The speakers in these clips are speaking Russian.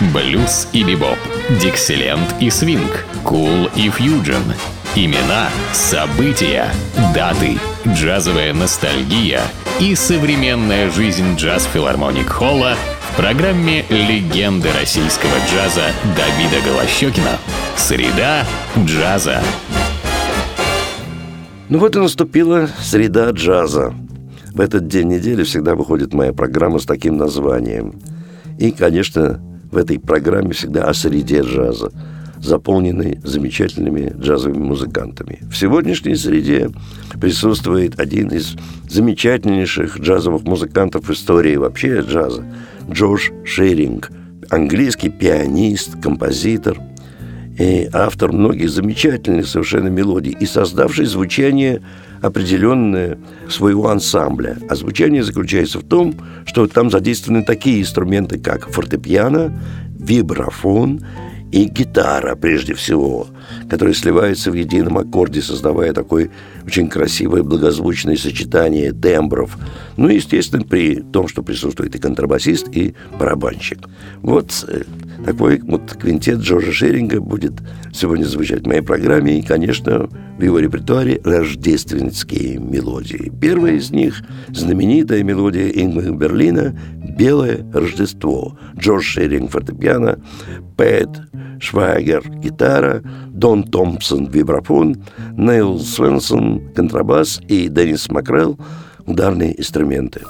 Блюз и бибоп, диксиленд и свинг, кул и фьюджен. Имена, события, даты, джазовая ностальгия и современная жизнь джаз-филармоник Холла в программе «Легенды российского джаза» Давида Голощёкина. Среда джаза. Ну вот и наступила среда джаза. В этот день недели всегда выходит моя программа с таким названием. И, конечно, в этой программе всегда о среде джаза, заполненной замечательными джазовыми музыкантами. В сегодняшней среде присутствует один из замечательнейших джазовых музыкантов в истории вообще джаза – Джордж Шеринг, английский пианист, композитор и автор многих замечательных совершенно мелодий и создавший звучание определенное своего ансамбля. А звучание заключается в том, что там задействованы такие инструменты, как фортепиано, вибрафон и гитара, прежде всего, которые сливаются в едином аккорде, создавая такое очень красивое благозвучное сочетание тембров. Ну, естественно, при том, что присутствует и контрабасист, и барабанщик. Вот такой вот квинтет Джорджа Шеринга будет сегодня звучать в моей программе. И, конечно, в его репертуаре рождественские мелодии. Первая из них – знаменитая мелодия Ингмара Берлина «Белое Рождество». Джордж Шеринг – фортепиано, Пэт Швайгер – гитара, Дон Томпсон – вибрафон, Нейл Свенсон – контрабас и Деннис Макрелл – ударные инструменты.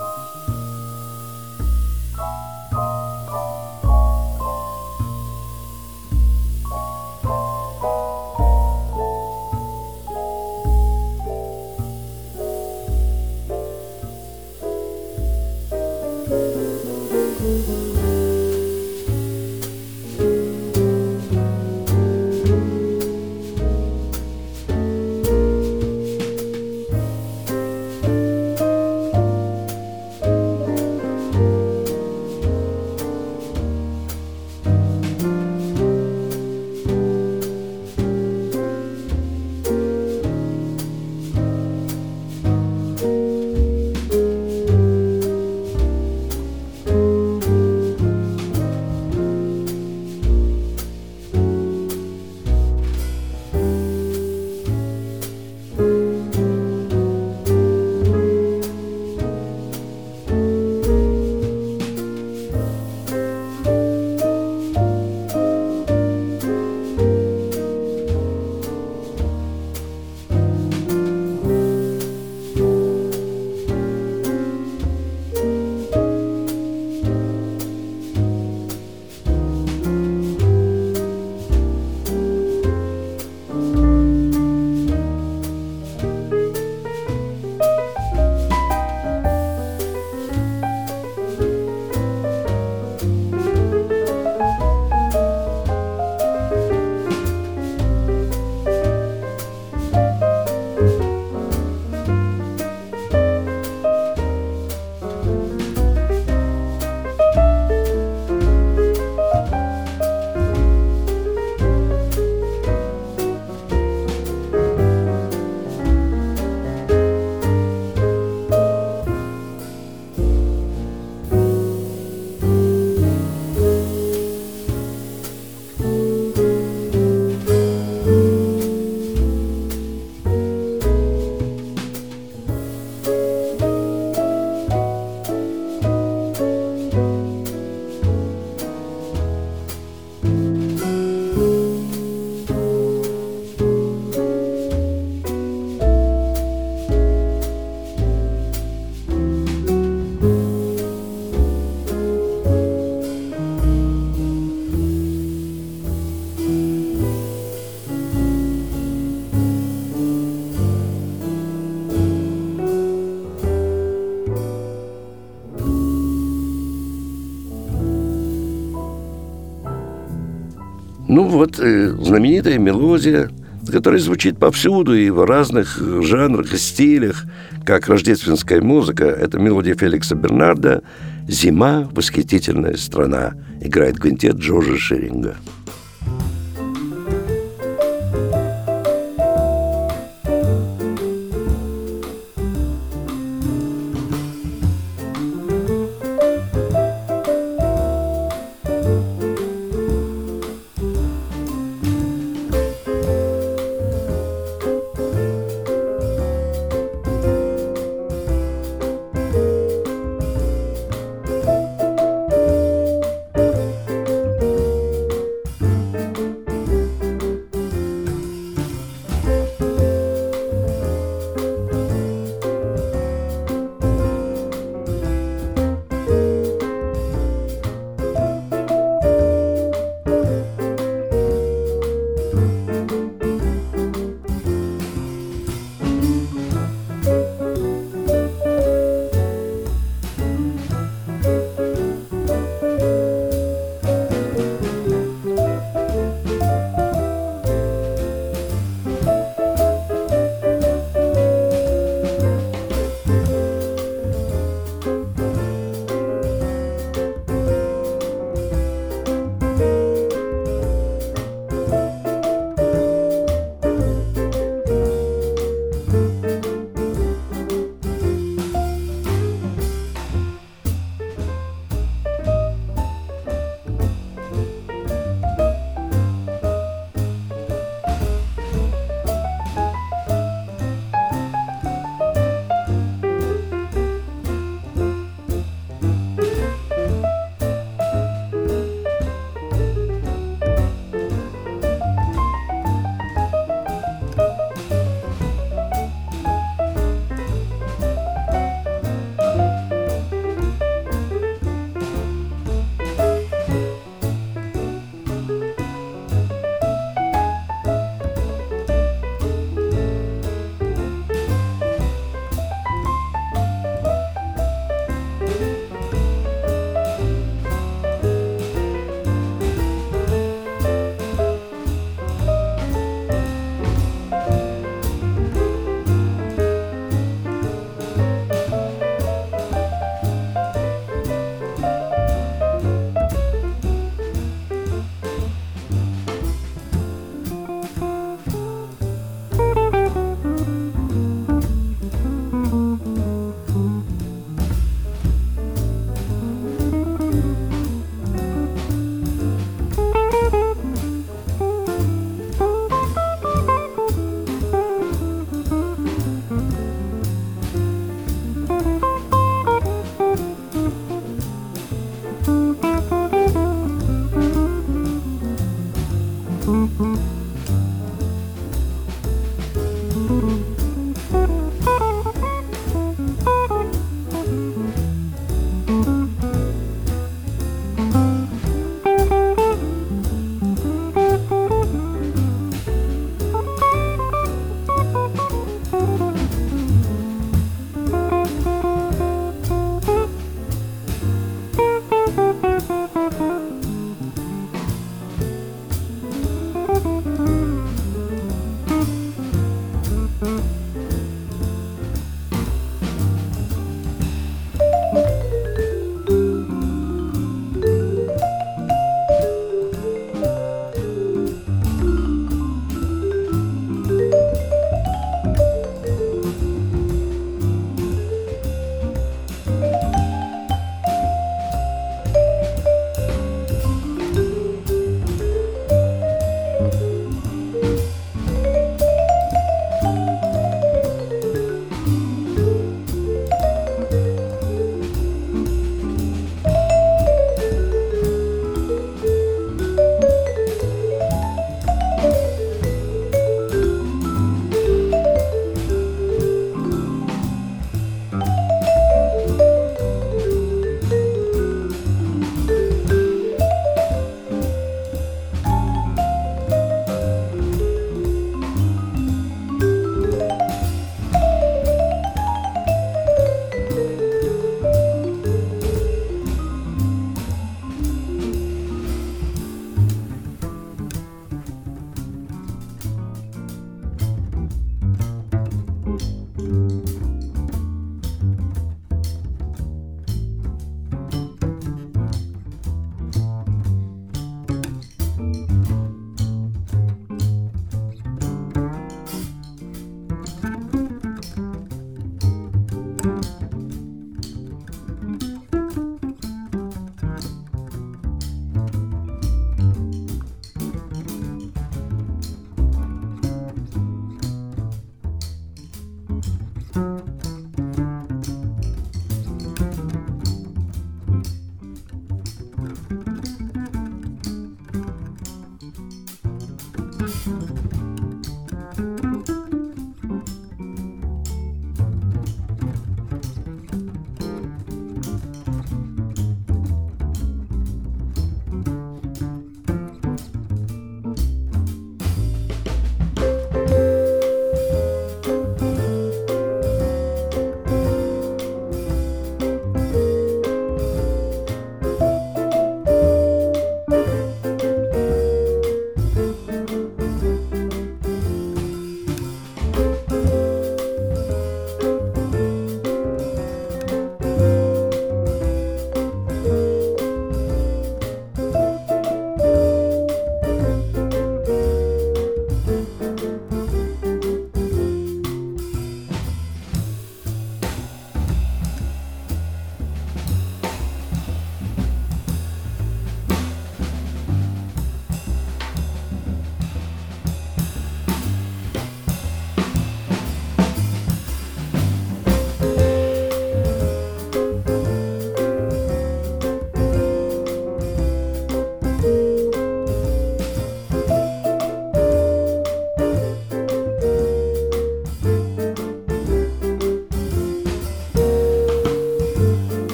Ну вот, знаменитая мелодия, которая звучит повсюду и в разных жанрах и стилях, как рождественская музыка. Это мелодия Феликса Бернарда «Зима. Восхитительная страна». Играет квинтет Джорджа Шеринга.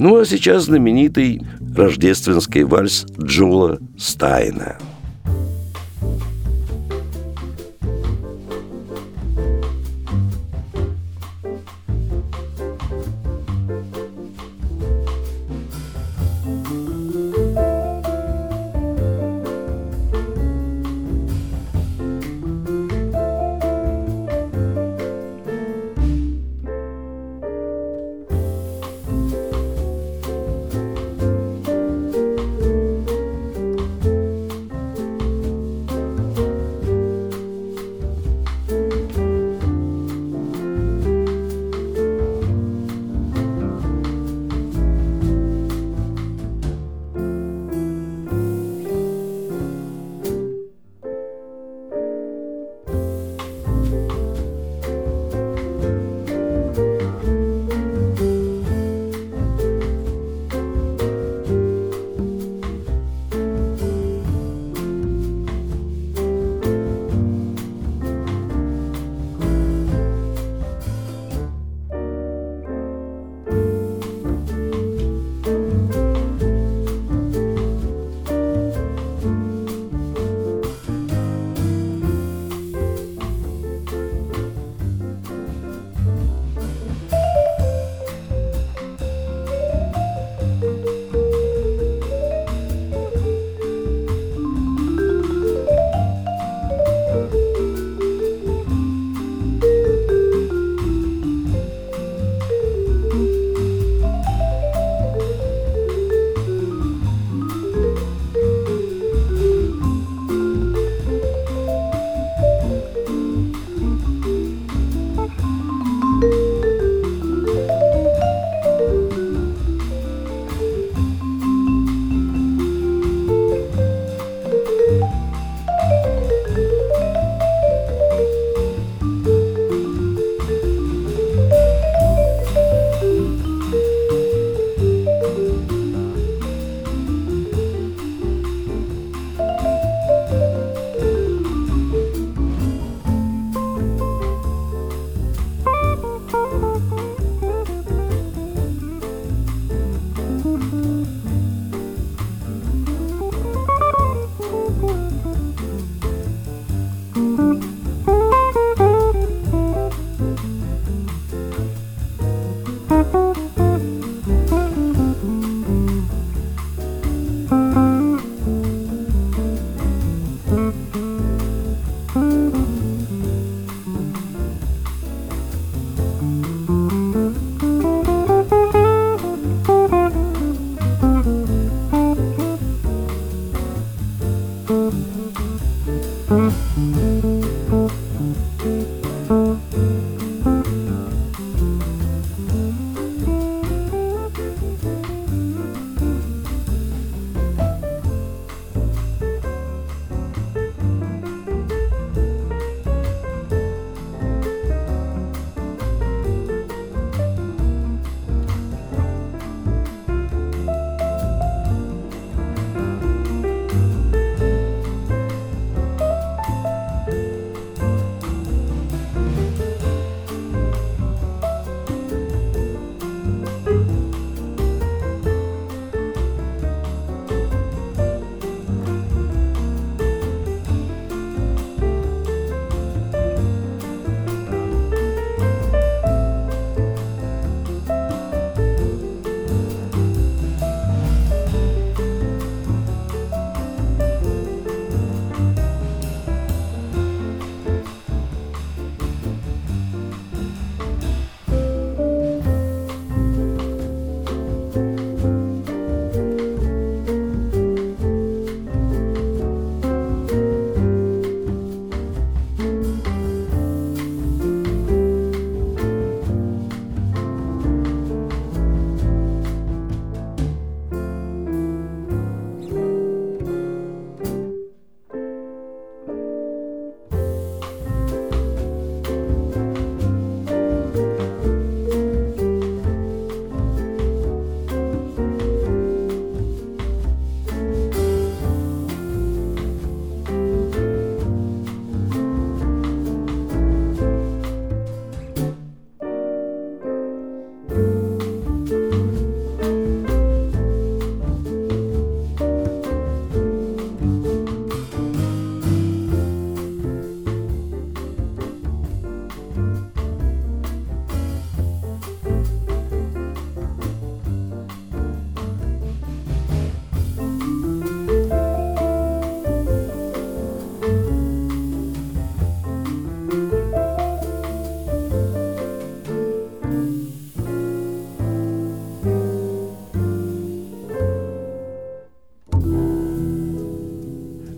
Ну, а сейчас знаменитый рождественский вальс Джула Стайна.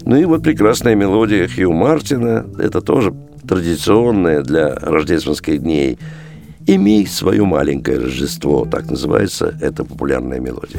Ну и вот прекрасная мелодия Хью Мартина, это тоже традиционная для рождественских дней. «Имей свое маленькое Рождество», так называется эта популярная мелодия.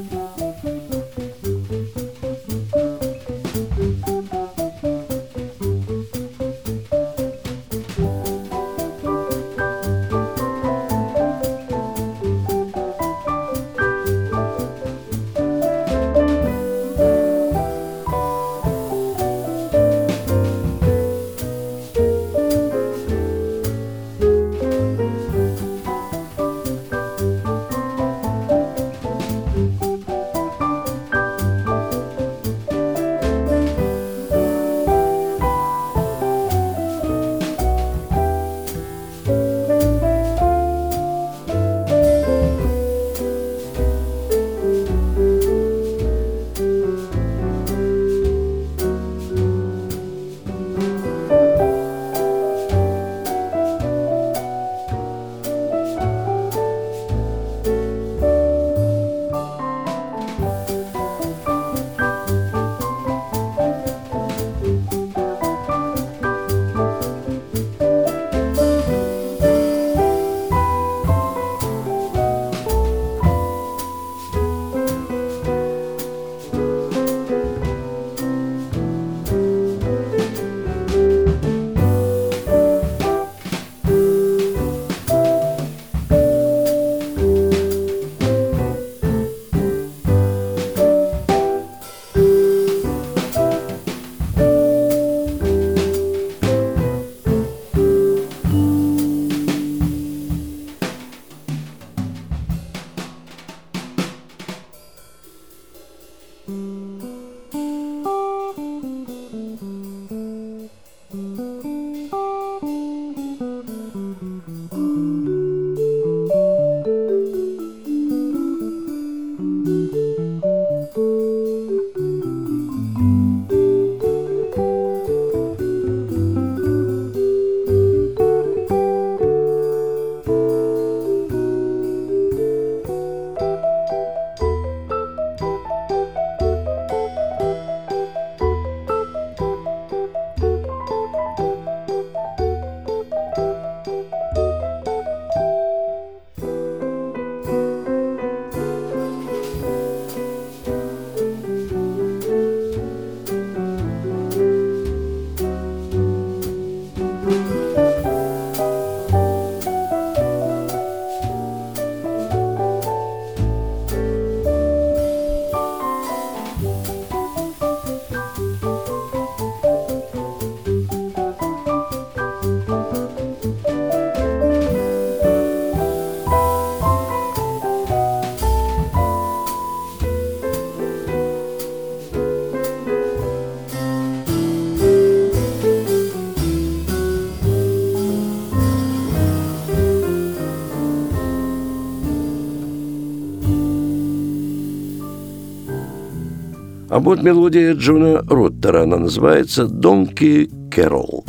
А вот мелодия Джона Руттера, она называется «Donkey Carol».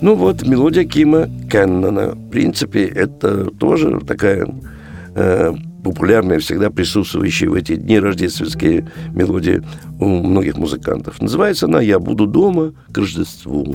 Ну вот, мелодия Кима Кеннона. В принципе, это тоже такая популярная, всегда присутствующая в эти дни рождественские мелодии у многих музыкантов. Называется она «Я буду дома к Рождеству».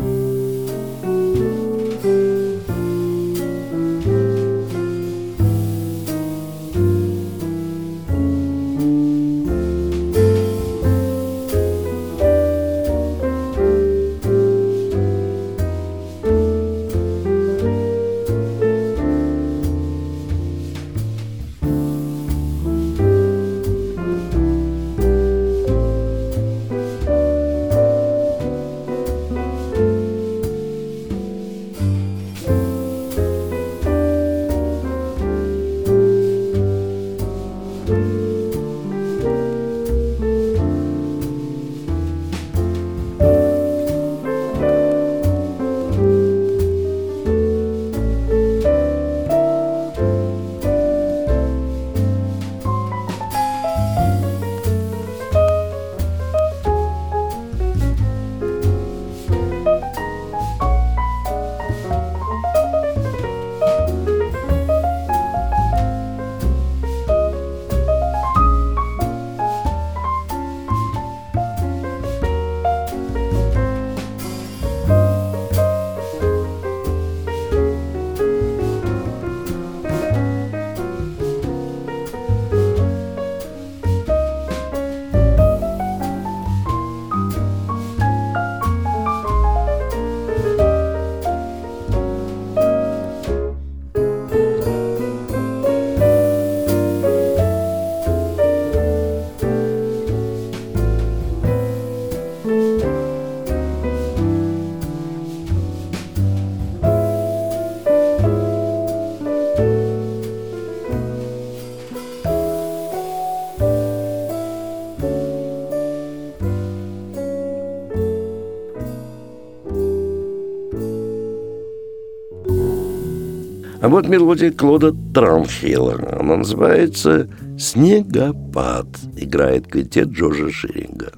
А вот мелодия Клода Трамхила. Она называется «Снегопад». Играет квинтет Джорджа Ширинга.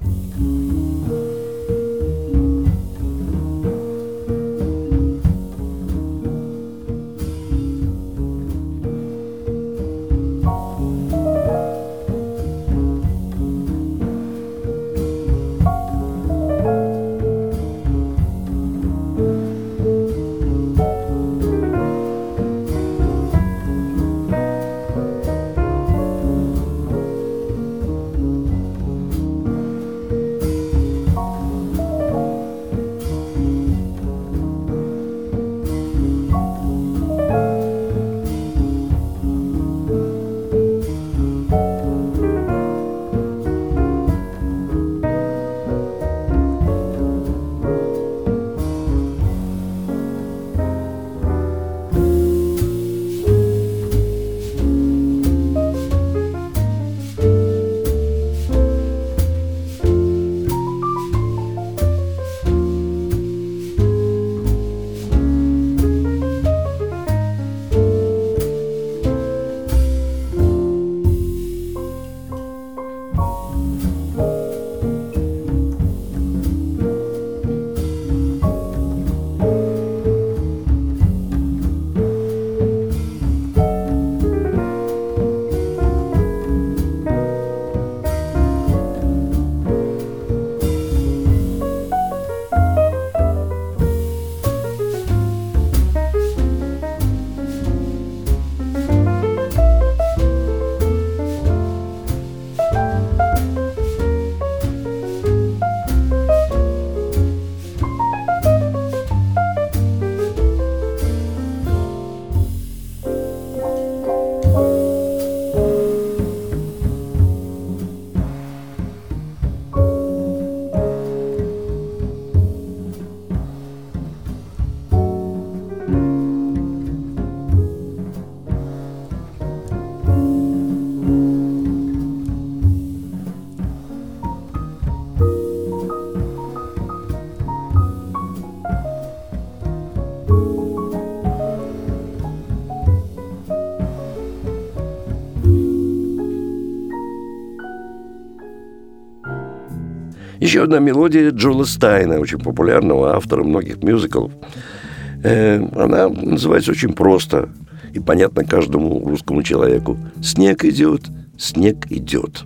Еще одна мелодия Джоэла Стайна, очень популярного автора многих мюзиклов. Она называется очень просто и понятно каждому русскому человеку. Снег идет, снег идет.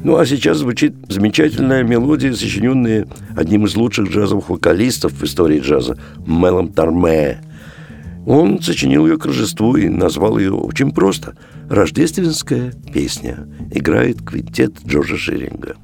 Ну, а сейчас звучит замечательная мелодия, сочиненная одним из лучших джазовых вокалистов в истории джаза Мелом Торме. Он сочинил ее к Рождеству и назвал ее очень просто «Рождественская песня». Играет квинтет Джорджа Шиллинга.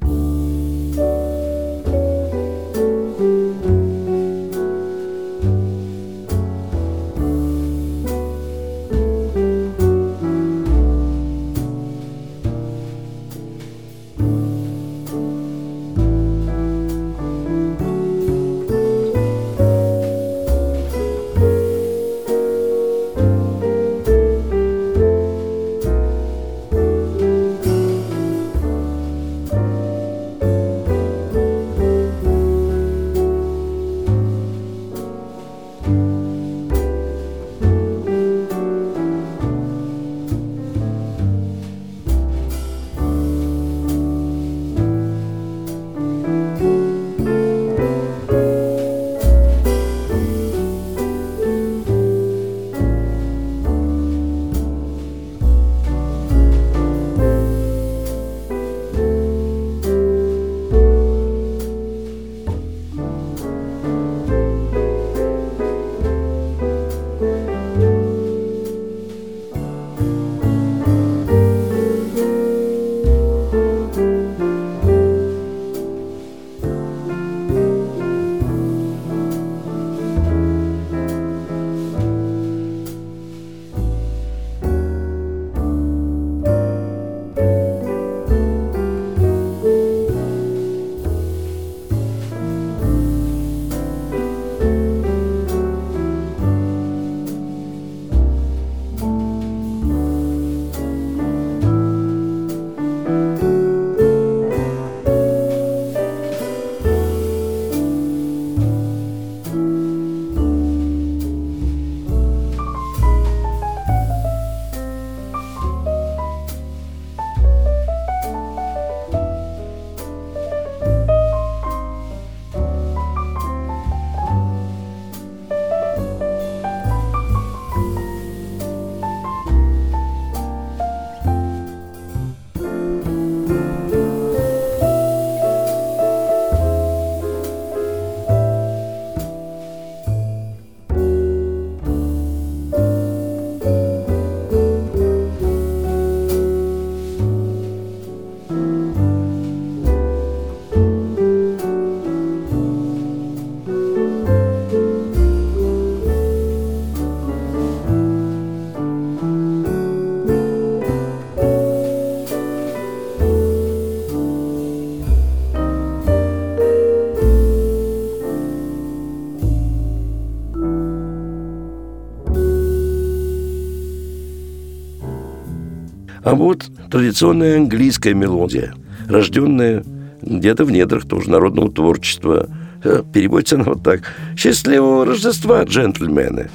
А вот традиционная английская мелодия, рожденная где-то в недрах тоже народного творчества. Переводится она вот так: «Счастливого Рождества, джентльмены!»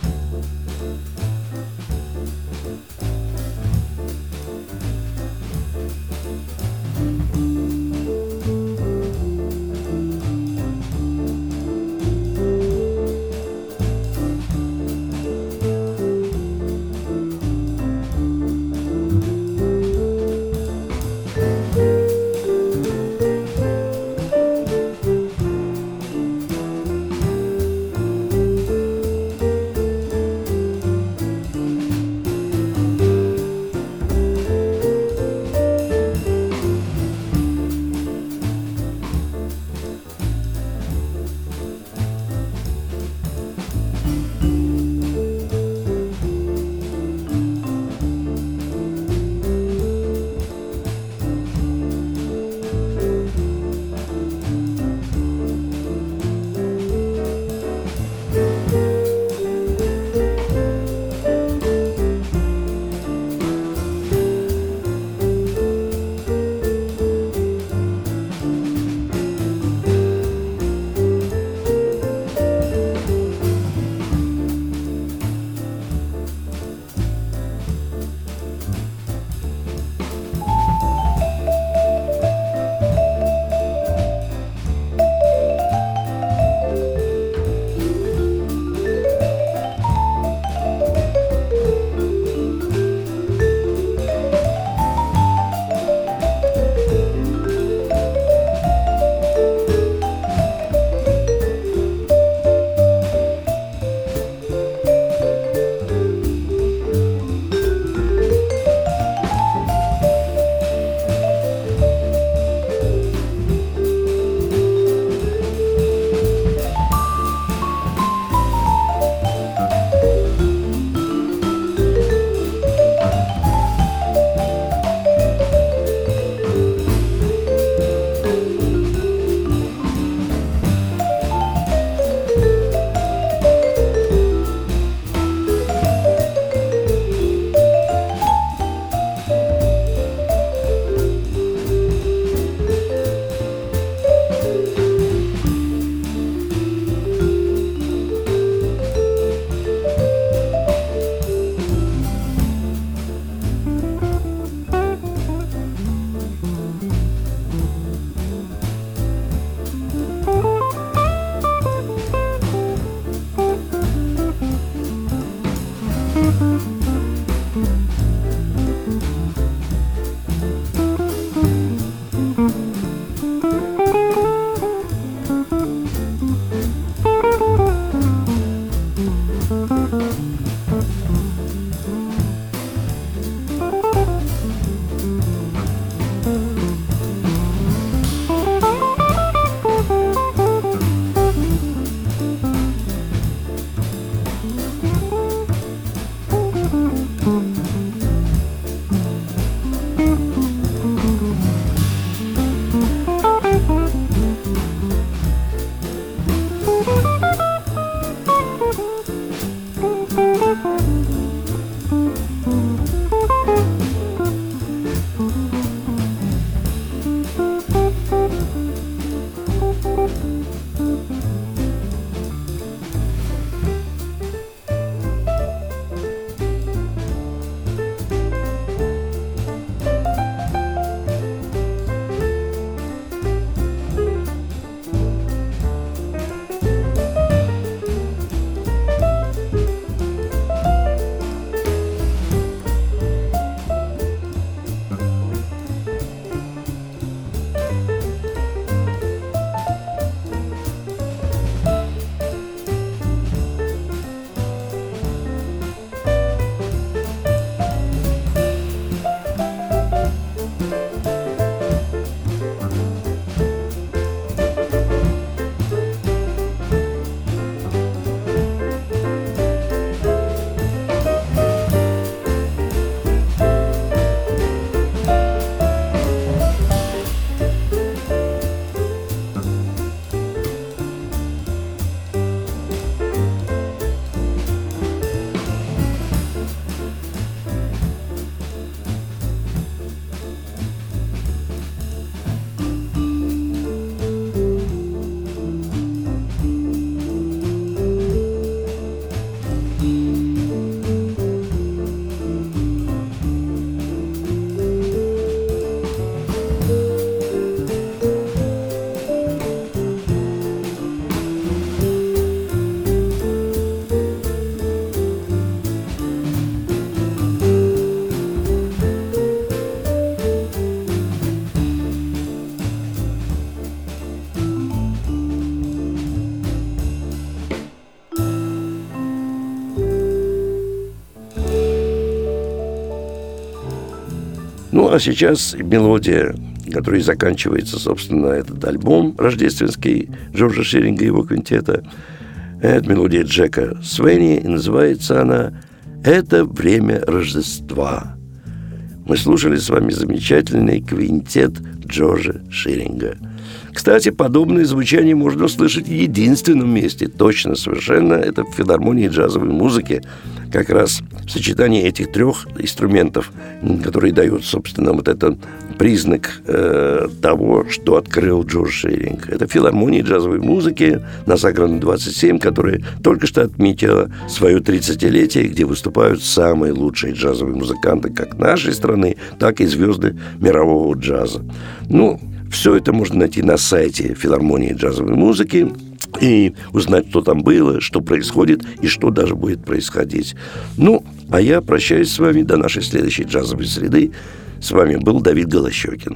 Ну, а сейчас мелодия, которой заканчивается, собственно, этот альбом рождественский Джорджа Ширинга и его квинтета. Это мелодия Джека Свенни, и называется она «Это время Рождества». Мы слушали с вами замечательный квинтет Джорджа Ширинга. Кстати, подобное звучание можно услышать в единственном месте, точно, совершенно, это в филармонии джазовой музыки. Как раз в сочетании этих трех инструментов, которые дают, собственно, вот этот признак того, что открыл Джордж Ширинг. Это филармония джазовой музыки на Саграно 27, которая только что отметила свое 30-летие, где выступают самые лучшие джазовые музыканты как нашей страны, так и звезды мирового джаза. Ну, все это можно найти на сайте филармонии джазовой музыки и узнать, что там было, что происходит и что даже будет происходить. Ну, а я прощаюсь с вами до нашей следующей джазовой среды. С вами был Давид Голощёкин.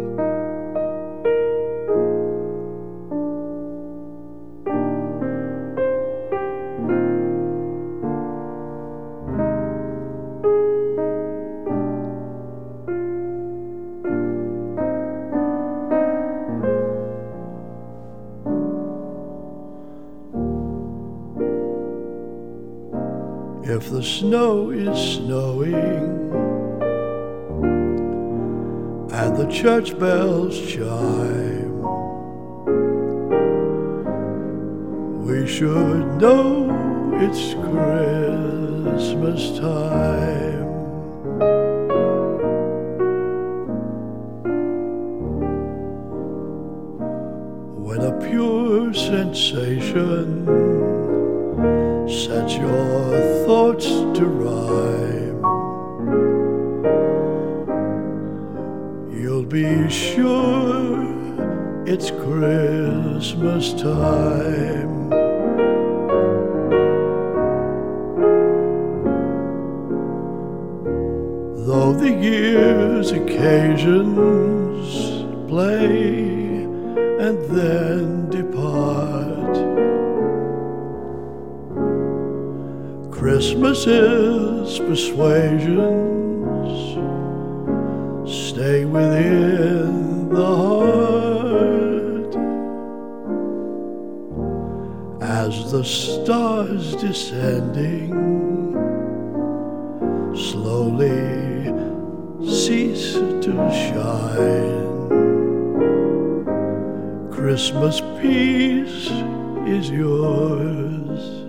If the snow is snowing and the church bells chime, we should know it's Christmas time. When a pure sensation sets your thoughts to rhyme, you'll be sure it's Christmas time. Though the year's occasions play and then depart, Christmas's persuasions stay within the heart. As the stars descending slowly cease to shine, Christmas peace is yours.